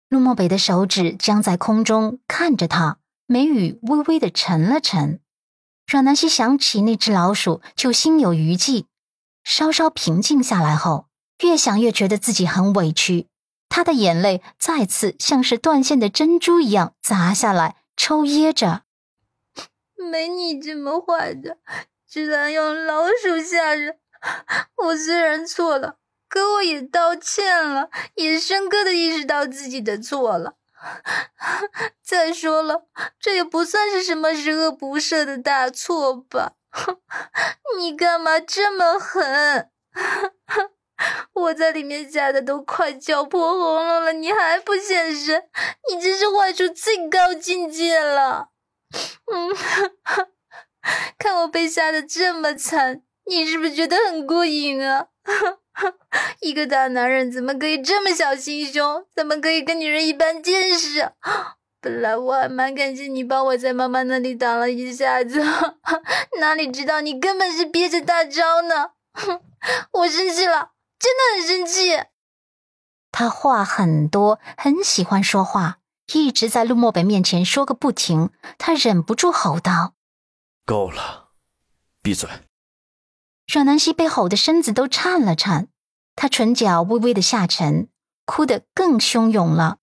陆漠北的手指僵在空中看着他，眉宇微微地沉了沉。阮南希想起那只老鼠就心有余悸，稍稍平静下来后，越想越觉得自己很委屈，她的眼泪再次像是断线的珍珠一样砸下来，抽噎着。 没你这么坏的，居然用老鼠吓人。我虽然错了，可我也道歉了，也深刻地意识到自己的错了。再说了，这也不算是什么十恶不赦的大错吧？你干嘛这么狠？我在里面吓得都快叫破喉咙了，你还不现身？你真是坏出最高境界了。看我被吓得这么惨，你是不是觉得很过瘾啊？一个大男人怎么可以这么小心胸？怎么可以跟女人一般见识？本来我还蛮感谢你帮我在妈妈那里挡了一下子，哪里知道你根本是憋着大招呢。我生气了，真的很生气。 他话很多，很喜欢说话，一直在陆漠北面前说个不停。他忍不住吼道： 够了，闭嘴。 阮南希被吼得身子都颤了颤，她唇角微微的下沉，哭得更汹涌了。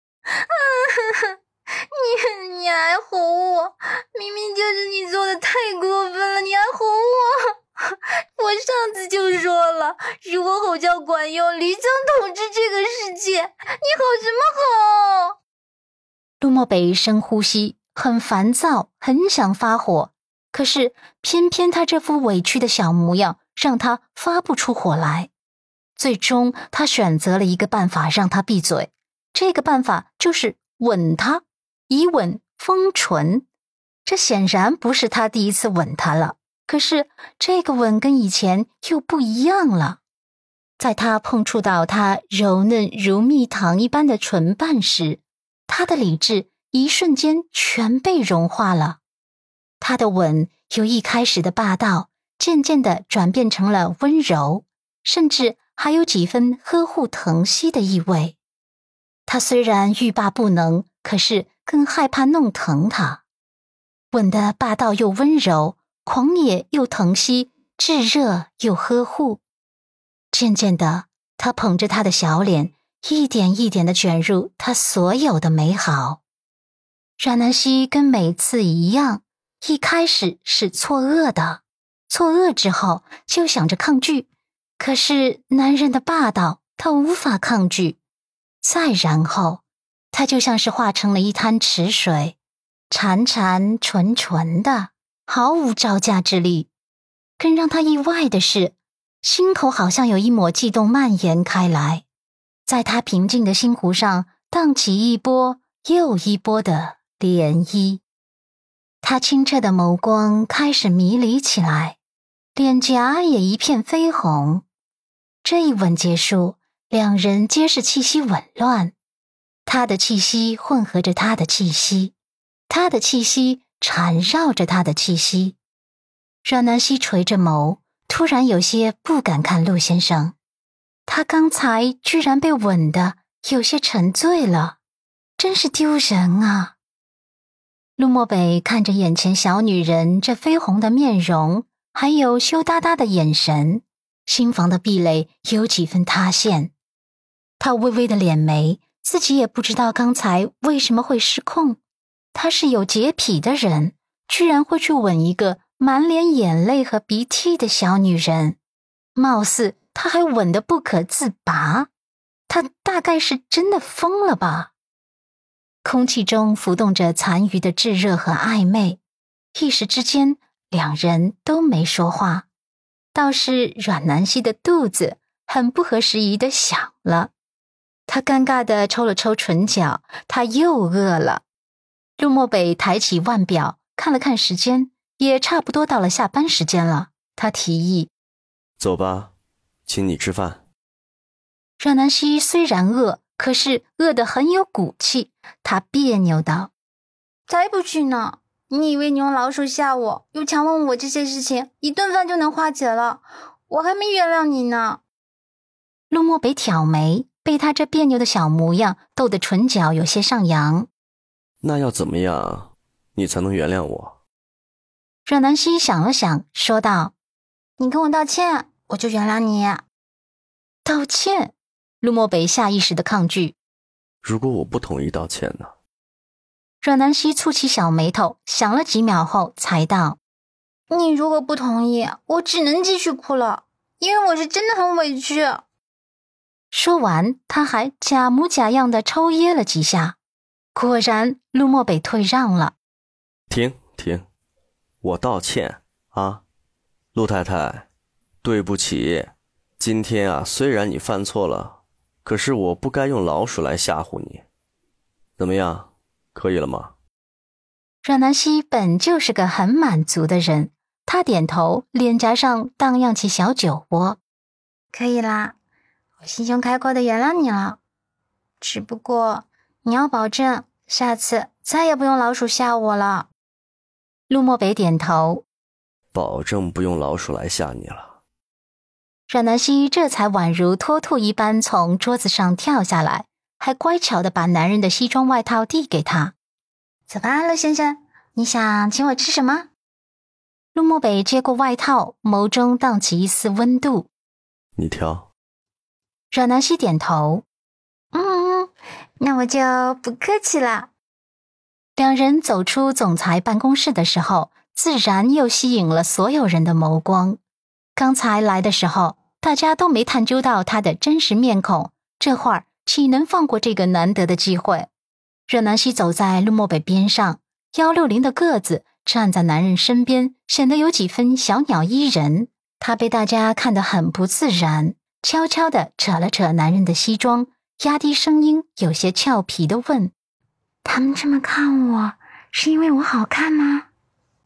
你还吼我，明明就是你做的太过分了，你还吼我。我上次就说了，如果吼叫管用，驴将统治这个世界，你吼什么吼？ 陆漠北深呼吸，很烦躁，很想发火，可是偏偏他这副委屈的小模样让他发不出火来。最终他选择了一个办法让他闭嘴，这个办法就是吻他，以吻封唇。这显然不是他第一次吻他了，可是这个吻跟以前又不一样了。在他碰触到他柔嫩如蜜糖一般的唇瓣时，他的理智一瞬间全被融化了。他的吻由一开始的霸道，渐渐地转变成了温柔，甚至还有几分呵护疼惜的意味。他虽然欲罢不能，可是更害怕弄疼他。吻得霸道又温柔，狂野又疼惜，炙热又呵护。渐渐的，他捧着他的小脸，一点一点地卷入他所有的美好。阮南希跟每次一样，一开始是错愕的，错愕之后就想着抗拒，可是男人的霸道他无法抗拒。再然后，他就像是化成了一滩池水，潺潺纯纯的，毫无招架之力。更让他意外的是，心口好像有一抹悸动蔓延开来，在他平静的心湖上荡起一波又一波的涟漪。他清澈的眸光开始迷离起来，脸颊也一片绯红。这一吻结束，两人皆是气息紊乱，他的气息混合着他的气息，他的气息缠绕着他的气息。阮南希垂着眸，突然有些不敢看陆先生，他刚才居然被吻得有些沉醉了，真是丢人啊。陆漠北看着眼前小女人这绯红的面容，还有羞答答的眼神，心房的壁垒有几分塌陷。他微微的敛眉，自己也不知道刚才为什么会失控。他是有洁癖的人，居然会去吻一个满脸眼泪和鼻涕的小女人，貌似他还吻得不可自拔。他大概是真的疯了吧？空气中浮动着残余的炙热和暧昧，一时之间两人都没说话，倒是阮南希的肚子很不合时宜地响了。他尴尬地抽了抽唇角，他又饿了。陆漠北抬起腕表看了看时间，也差不多到了下班时间了。他提议： 走吧，请你吃饭。 阮南希虽然饿，可是饿得很有骨气，他别扭道： 才不去呢！你以为你用老鼠吓我，又强问我这些事情，一顿饭就能化解了？我还没原谅你呢。 陆漠北挑眉， 被他这别扭的小模样逗得唇角有些上扬。 那要怎么样你才能原谅我？ 阮南希想了想，说道： 你跟我道歉，我就原谅你。 道歉？陆漠北下意识的抗拒。 如果我不同意道歉呢？ 阮南希蹙起小眉头，想了几秒后才道： 你如果不同意，我只能继续哭了，因为我是真的很委屈。 说完，他还假模假样的抽噎了几下。果然，陆漠北退让了。 停，我道歉啊，陆太太，对不起。今天啊，虽然你犯错了，可是我不该用老鼠来吓唬你。怎么样，可以了吗？ 阮南希本就是个很满足的人，他点头，脸颊上荡漾起小酒窝。 可以啦，我心胸开阔的原谅你了。只不过你要保证下次再也不用老鼠吓我了。 陆漠北点头， 保证不用老鼠来吓你了。 阮南希这才宛如脱兔一般从桌子上跳下来，还乖巧地把男人的西装外套递给他。 走吧，陆先生，你想请我吃什么？ 陆漠北接过外套，眸中荡起一丝温度。 你挑。 阮南希点头。 那我就不客气了。 两人走出总裁办公室的时候，自然又吸引了所有人的眸光。刚才来的时候，大家都没探究到他的真实面孔，这会儿岂能放过这个难得的机会？阮南希走在陆漠北边上，160的个子，站在男人身边，显得有几分小鸟依人。他被大家看得很不自然，悄悄地扯了扯男人的西装，压低声音，有些俏皮地问： 他们这么看我，是因为我好看吗？